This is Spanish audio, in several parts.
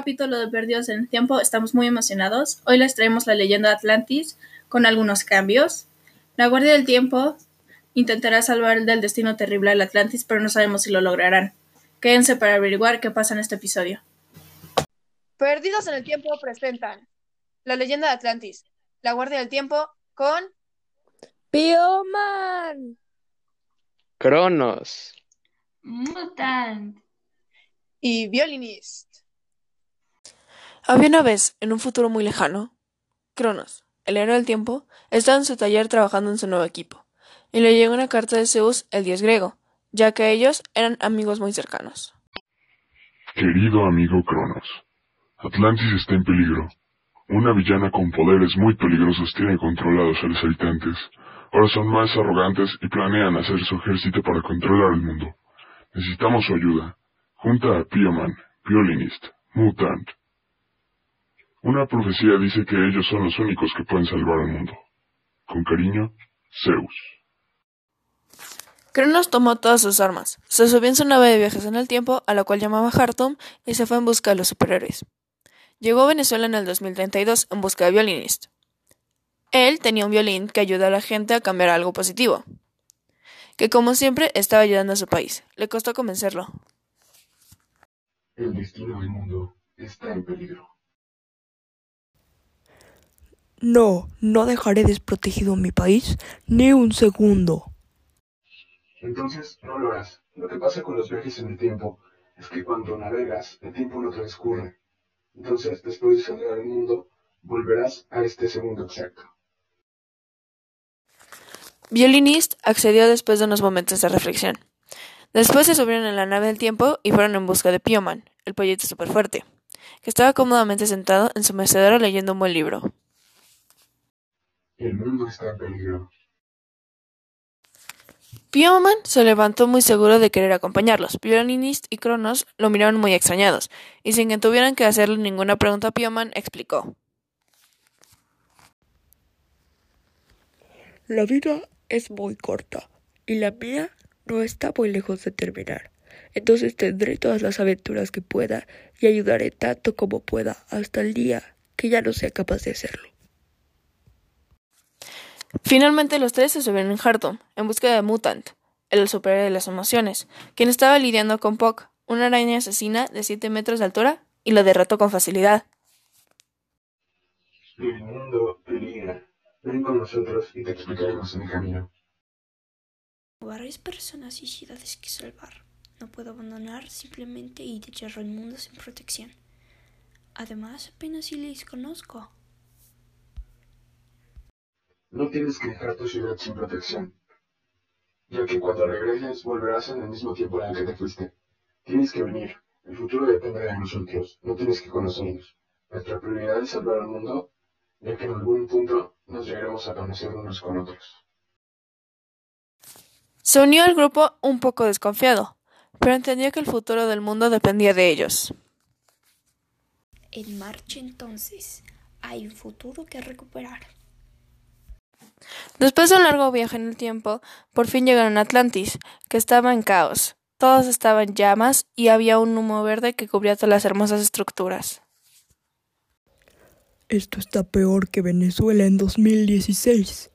capítulo de Perdidos en el Tiempo estamos muy emocionados. Hoy les traemos la leyenda de Atlantis con algunos cambios. La Guardia del Tiempo intentará salvar del destino terrible al Atlantis, pero no sabemos si lo lograrán. Quédense para averiguar qué pasa en este episodio. Perdidos en el Tiempo presentan la leyenda de Atlantis, la Guardia del Tiempo con Bioman, Cronos, Mutant y Violinist. Había una vez, en un futuro muy lejano, Cronos, el héroe del tiempo, estaba en su taller trabajando en su nuevo equipo, y le llegó una carta de Zeus, el dios griego, ya que ellos eran amigos muy cercanos. Querido amigo Cronos, Atlantis está en peligro. Una villana con poderes muy peligrosos tiene controlados a los habitantes. Ahora son más arrogantes y planean hacer su ejército para controlar el mundo. Necesitamos su ayuda. Junta a Bioman, Violinist, Mutant. Una profecía dice que ellos son los únicos que pueden salvar al mundo. Con cariño, Zeus. Cronos tomó todas sus armas, se subió en su nave de viajes en el tiempo, a la cual llamaba Hartum, y se fue en busca de los superhéroes. Llegó a Venezuela en el 2032 en busca de Violinist. Él tenía un violín que ayuda a la gente a cambiar a algo positivo, que como siempre estaba ayudando a su país. Le costó convencerlo. El destino del mundo está en peligro. No dejaré desprotegido mi país ni un segundo. Entonces no lo harás. Lo que pasa con los viajes en el tiempo es que cuando navegas, el tiempo no transcurre. Entonces, después de salvar el mundo, volverás a este segundo exacto. Violinist accedió después de unos momentos de reflexión. Después se subieron en la nave del tiempo y fueron en busca de Bioman, el pollito superfuerte, que estaba cómodamente sentado en su mecedora leyendo un buen libro. El mundo está en peligro. Bioman se levantó muy seguro de querer acompañarlos. Violinist y Cronos lo miraron muy extrañados, y sin que tuvieran que hacerle ninguna pregunta a Bioman, explicó. La vida es muy corta, y la mía no está muy lejos de terminar. Entonces tendré todas las aventuras que pueda y ayudaré tanto como pueda hasta el día que ya no sea capaz de hacerlo. Finalmente los tres se subieron en Hartum, en busca de Mutant, el superhéroe de las emociones, quien estaba lidiando con Puck, una araña asesina de 7 metros de altura, y lo derrotó con facilidad. El mundo peligra. Ven con nosotros y te explicaremos el camino. Varias personas y ciudades que salvar. No puedo abandonar simplemente y dejar el mundo sin protección. Además, apenas si les conozco. No tienes que dejar tu ciudad sin protección, ya que cuando regreses volverás en el mismo tiempo en el que te fuiste. Tienes que venir. El futuro depende de nosotros. No tienes que conocernos. Nuestra prioridad es salvar al mundo, ya que en algún punto nos llegaremos a conocer unos con otros. Se unió al grupo un poco desconfiado, pero entendió que el futuro del mundo dependía de ellos. En marcha entonces. Hay un futuro que recuperar. Después de un largo viaje en el tiempo, por fin llegaron a Atlantis, que estaba en caos. Todos estaban en llamas y había un humo verde que cubría todas las hermosas estructuras. Esto está peor que Venezuela en 2016.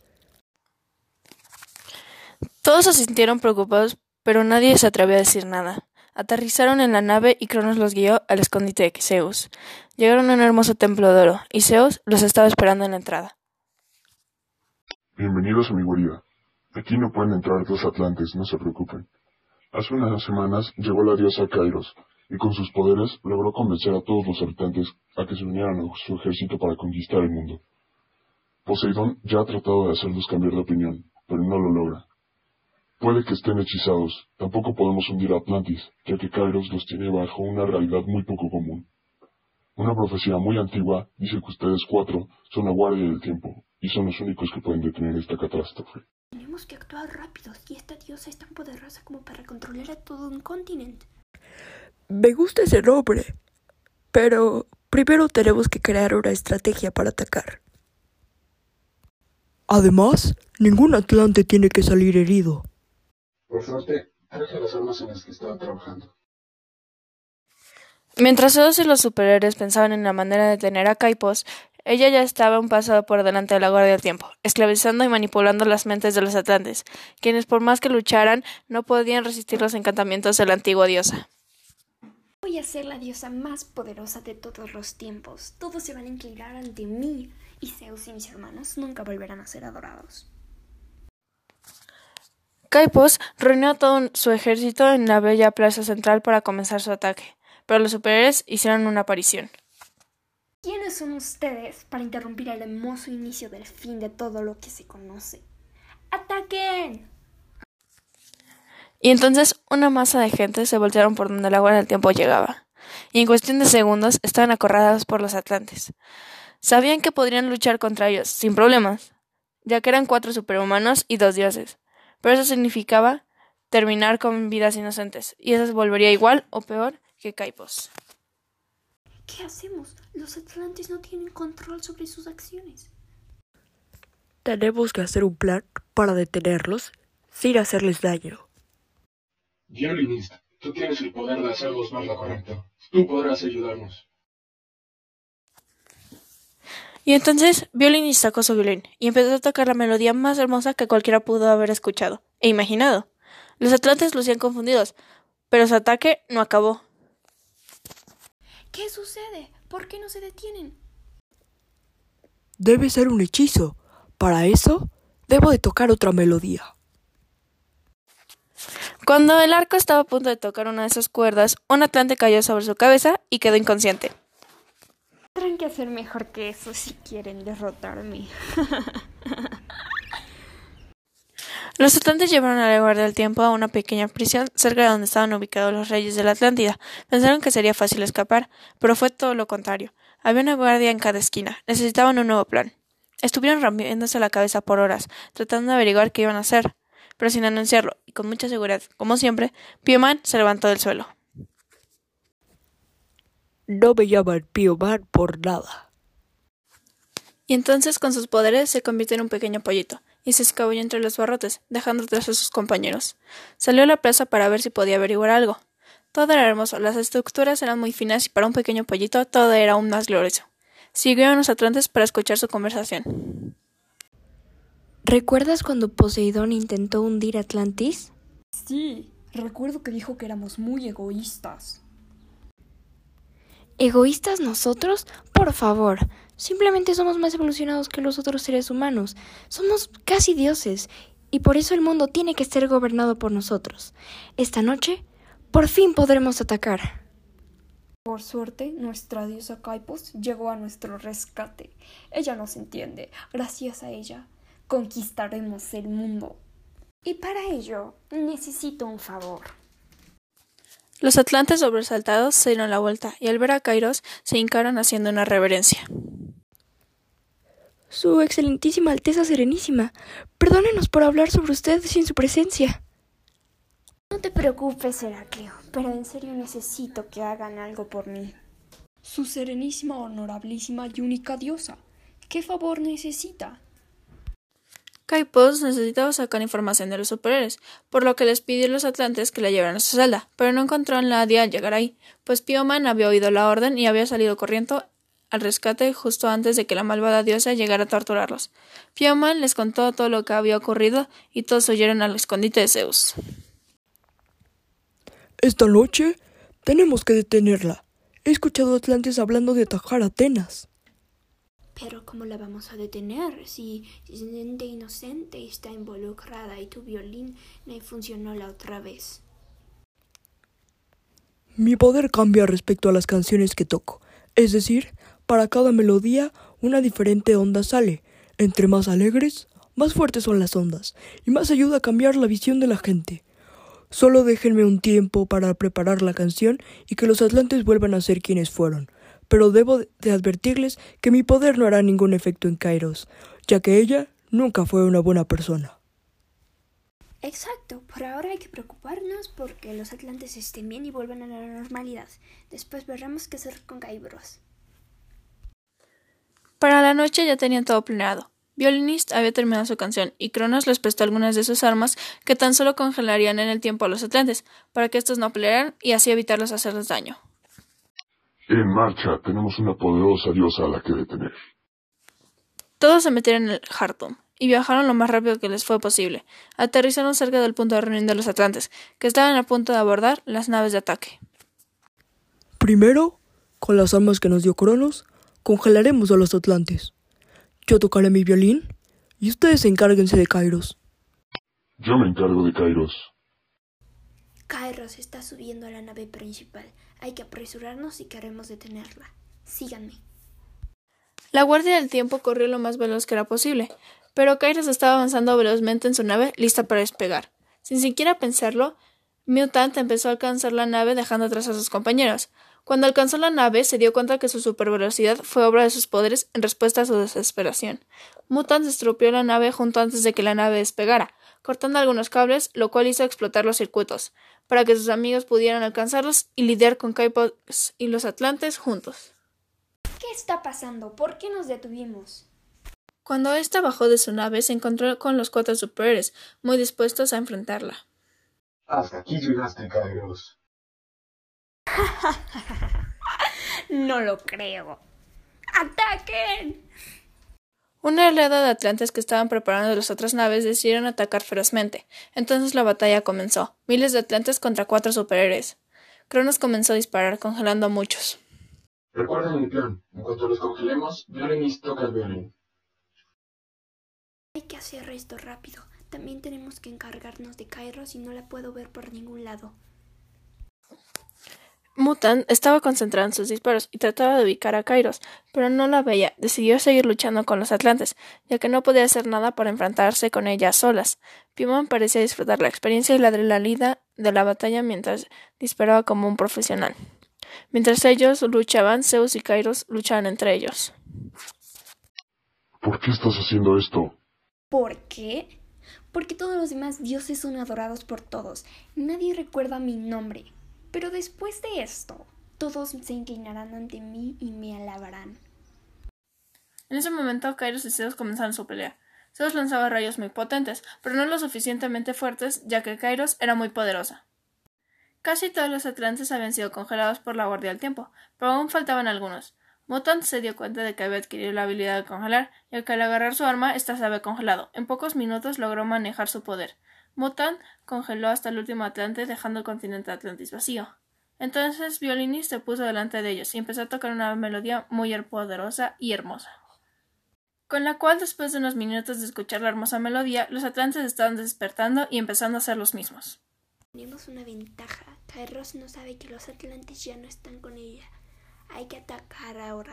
Todos se sintieron preocupados, pero nadie se atrevió a decir nada. Aterrizaron en la nave y Cronos los guió al escondite de Zeus. Llegaron a un hermoso templo de oro, y Zeus los estaba esperando en la entrada. Bienvenidos a mi guarida. Aquí no pueden entrar dos atlantes, no se preocupen. Hace unas semanas llegó la diosa Kairos, y con sus poderes logró convencer a todos los habitantes a que se unieran a su ejército para conquistar el mundo. Poseidón ya ha tratado de hacerlos cambiar de opinión, pero no lo logra. Puede que estén hechizados, tampoco podemos hundir a Atlantis, ya que Kairos los tiene bajo una realidad muy poco común. Una profecía muy antigua dice que ustedes cuatro son la guardia del tiempo, y son los únicos que pueden detener esta catástrofe. Tenemos que actuar rápido si esta diosa es tan poderosa como para controlar a todo un continente. Me gusta ese nombre, pero primero tenemos que crear una estrategia para atacar. Además, ningún atlante tiene que salir herido. Por suerte, traje las armas en las que estaba trabajando. Mientras todos los superhéroes pensaban en la manera de detener a Kaipos, ella ya estaba un paso por delante de la Guardia del Tiempo, esclavizando y manipulando las mentes de los atlantes, quienes por más que lucharan, no podían resistir los encantamientos de la antigua diosa. Voy a ser la diosa más poderosa de todos los tiempos. Todos se van a inclinar ante mí, y Zeus y mis hermanos nunca volverán a ser adorados. Kaipos reunió todo su ejército en la bella plaza central para comenzar su ataque, pero los superhéroes hicieron una aparición. ¿Quiénes son ustedes para interrumpir el hermoso inicio del fin de todo lo que se conoce? ¡Ataquen! Y entonces una masa de gente se voltearon por donde la Guardia del Tiempo llegaba, y en cuestión de segundos estaban acorralados por los atlantes. Sabían que podrían luchar contra ellos, sin problemas, ya que eran 4 superhumanos y 2 dioses, pero eso significaba terminar con vidas inocentes, y eso se volvería igual o peor que Kaipos. ¿Qué hacemos? Los atlantes no tienen control sobre sus acciones. Tenemos que hacer un plan para detenerlos sin hacerles daño. Violinist, tú tienes el poder de hacerlos ver lo correcto. Tú podrás ayudarnos. Y entonces Violinist sacó su violín y empezó a tocar la melodía más hermosa que cualquiera pudo haber escuchado e imaginado. Los atlantes lucían confundidos, pero su ataque no acabó. ¿Qué sucede? ¿Por qué no se detienen? Debe ser un hechizo. Para eso, debo de tocar otra melodía. Cuando el arco estaba a punto de tocar una de esas cuerdas, un atlante cayó sobre su cabeza y quedó inconsciente. Tendrán que hacer mejor que eso si quieren derrotarme. Los atlantes llevaron a la Guardia del Tiempo a una pequeña prisión cerca de donde estaban ubicados los reyes de la Atlántida. Pensaron que sería fácil escapar, pero fue todo lo contrario. Había una guardia en cada esquina. Necesitaban un nuevo plan. Estuvieron rompiéndose la cabeza por horas, tratando de averiguar qué iban a hacer, pero sin anunciarlo, y con mucha seguridad, como siempre, Pioman se levantó del suelo. No me llaman Pioman por nada. Y entonces con sus poderes se convirtió en un pequeño pollito, y se escabulló entre los barrotes, dejando atrás a sus compañeros. Salió a la plaza para ver si podía averiguar algo. Todo era hermoso, las estructuras eran muy finas y para un pequeño pollito todo era aún más glorioso. Siguió a los atlantes para escuchar su conversación. ¿Recuerdas cuando Poseidón intentó hundir Atlantis? Sí, recuerdo que dijo que éramos muy egoístas. ¿Egoístas nosotros? Por favor, simplemente somos más evolucionados que los otros seres humanos. Somos casi dioses, y por eso el mundo tiene que ser gobernado por nosotros. Esta noche, por fin podremos atacar. Por suerte, nuestra diosa Kaipos llegó a nuestro rescate. Ella nos entiende. Gracias a ella, conquistaremos el mundo. Y para ello, necesito un favor. Los atlantes sobresaltados se dieron la vuelta y al ver a Kairos se hincaron haciendo una reverencia. Su excelentísima Alteza Serenísima, perdónenos por hablar sobre usted sin su presencia. No te preocupes, Heracleo, pero en serio necesito que hagan algo por mí. Su serenísima, honorabilísima y única diosa. ¿Qué favor necesita? Kaipos necesitaba sacar información de los superhéroes, por lo que les pidió a los atlantes que la llevaran a su celda, pero no encontró a nadie al llegar ahí, pues Pioman había oído la orden y había salido corriendo al rescate justo antes de que la malvada diosa llegara a torturarlos. Pioman les contó todo lo que había ocurrido y todos huyeron al escondite de Zeus. Esta noche tenemos que detenerla. He escuchado a atlantes hablando de atacar a Atenas. Pero ¿cómo la vamos a detener si gente inocente está involucrada y tu violín no funcionó la otra vez? Mi poder cambia respecto a las canciones que toco. Es decir, para cada melodía una diferente onda sale. Entre más alegres, más fuertes son las ondas y más ayuda a cambiar la visión de la gente. Solo déjenme un tiempo para preparar la canción y que los atlantes vuelvan a ser quienes fueron. Pero debo de advertirles que mi poder no hará ningún efecto en Kairos, ya que ella nunca fue una buena persona. Exacto, por ahora hay que preocuparnos porque los atlantes estén bien y vuelvan a la normalidad. Después veremos qué hacer con Kairos. Para la noche ya tenían todo planeado. Violinist había terminado su canción y Cronos les prestó algunas de sus armas que tan solo congelarían en el tiempo a los atlantes, para que estos no pelearan y así evitarlos hacerles daño. En marcha, tenemos una poderosa diosa a la que detener. Todos se metieron en el Hartum y viajaron lo más rápido que les fue posible. Aterrizaron cerca del punto de reunión de los atlantes, que estaban a punto de abordar las naves de ataque. Primero, con las armas que nos dio Cronos, congelaremos a los atlantes. Yo tocaré mi violín y ustedes encárguense de Kairos. Yo me encargo de Kairos. Kairos está subiendo a la nave principal. Hay que apresurarnos si queremos detenerla. Síganme. La Guardia del Tiempo corrió lo más veloz que era posible, pero Kairos estaba avanzando velozmente en su nave, lista para despegar. Sin siquiera pensarlo, Mutant empezó a alcanzar la nave dejando atrás a sus compañeros. Cuando alcanzó la nave, se dio cuenta que su supervelocidad fue obra de sus poderes en respuesta a su desesperación. Mutant estropeó la nave justo antes de que la nave despegara, cortando algunos cables, lo cual hizo explotar los circuitos, para que sus amigos pudieran alcanzarlos y lidiar con Kairos y los atlantes juntos. ¿Qué está pasando? ¿Por qué nos detuvimos? Cuando ésta bajó de su nave, se encontró con los 4 superiores, muy dispuestos a enfrentarla. Hasta aquí llegaste, Kairos. No lo creo. ¡Ataquen! Una oleada de atlantes que estaban preparando las otras naves decidieron atacar ferozmente. Entonces la batalla comenzó. Miles de atlantes contra 4 superhéroes. Cronos comenzó a disparar, congelando a muchos. Recuerden mi plan. En cuanto los congelemos, Violinis toca el violín. Hay que hacer esto rápido. También tenemos que encargarnos de Kairos y no la puedo ver por ningún lado. Mutant estaba concentrado en sus disparos y trataba de ubicar a Kairos, pero no la veía. Decidió seguir luchando con los atlantes, ya que no podía hacer nada para enfrentarse con ellas solas. Piumon parecía disfrutar la experiencia y la adrenalina de la batalla mientras disparaba como un profesional. Mientras ellos luchaban, Zeus y Kairos luchaban entre ellos. ¿Por qué estás haciendo esto? ¿Por qué? Porque todos los demás dioses son adorados por todos. Nadie recuerda mi nombre. Pero después de esto, todos se inclinarán ante mí y me alabarán. En ese momento, Kairos y Zeus comenzaron su pelea. Zeus lanzaba rayos muy potentes, pero no lo suficientemente fuertes, ya que Kairos era muy poderosa. Casi todos los atlantes habían sido congelados por la Guardia del Tiempo, pero aún faltaban algunos. Mutant se dio cuenta de que había adquirido la habilidad de congelar, y que al agarrar su arma, ésta se había congelado. En pocos minutos logró manejar su poder. Mutant congeló hasta el último atlante, dejando el continente Atlantis vacío. Entonces Violinis se puso delante de ellos y empezó a tocar una melodía muy poderosa y hermosa, con la cual, después de unos minutos de escuchar la hermosa melodía, los atlantes estaban despertando y empezando a hacer los mismos. Tenemos una ventaja. Kairos no sabe que los atlantes ya no están con ella. Hay que atacar ahora.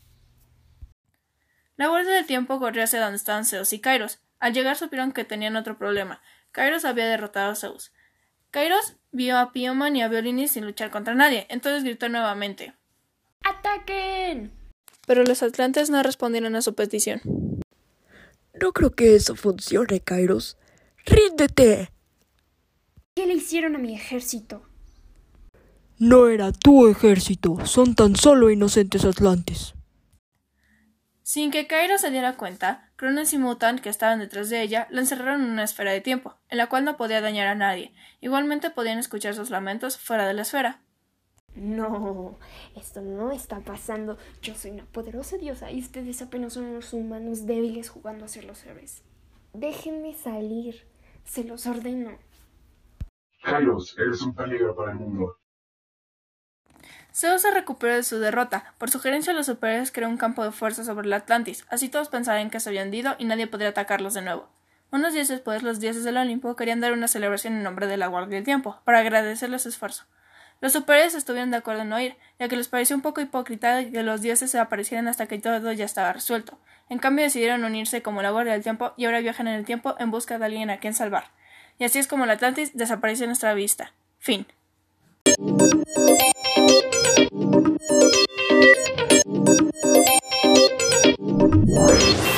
La Guardia del Tiempo corrió hacia donde estaban Zeus y Kairos. Al llegar supieron que tenían otro problema. Kairos había derrotado a Zeus. Kairos vio a Piumon y a Violinis sin luchar contra nadie, entonces gritó nuevamente. ¡Ataquen! Pero los atlantes no respondieron a su petición. No creo que eso funcione, Kairos. ¡Ríndete! ¿Qué le hicieron a mi ejército? No era tu ejército, son tan solo inocentes atlantes. Sin que Kairos se diera cuenta, Cronos y Mutant, que estaban detrás de ella, la encerraron en una esfera de tiempo, en la cual no podía dañar a nadie. Igualmente podían escuchar sus lamentos fuera de la esfera. No, esto no está pasando. Yo soy una poderosa diosa y ustedes apenas son unos humanos débiles jugando a ser los héroes. Déjenme salir, se los ordeno. Kairos, eres un peligro para el mundo. Zeus se recuperó de su derrota. Por sugerencia de los superiores creó un campo de fuerza sobre el Atlantis. Así todos pensarían que se habían ido y nadie podría atacarlos de nuevo. Unos días después, los dioses del Olimpo querían dar una celebración en nombre de la Guardia del Tiempo, para agradecerles su esfuerzo. Los superiores estuvieron de acuerdo en no ir, ya que les pareció un poco hipócrita que los dioses se aparecieran hasta que todo ya estaba resuelto. En cambio decidieron unirse como la Guardia del Tiempo y ahora viajan en el tiempo en busca de alguien a quien salvar. Y así es como el Atlantis desapareció de nuestra vista. Fin. What?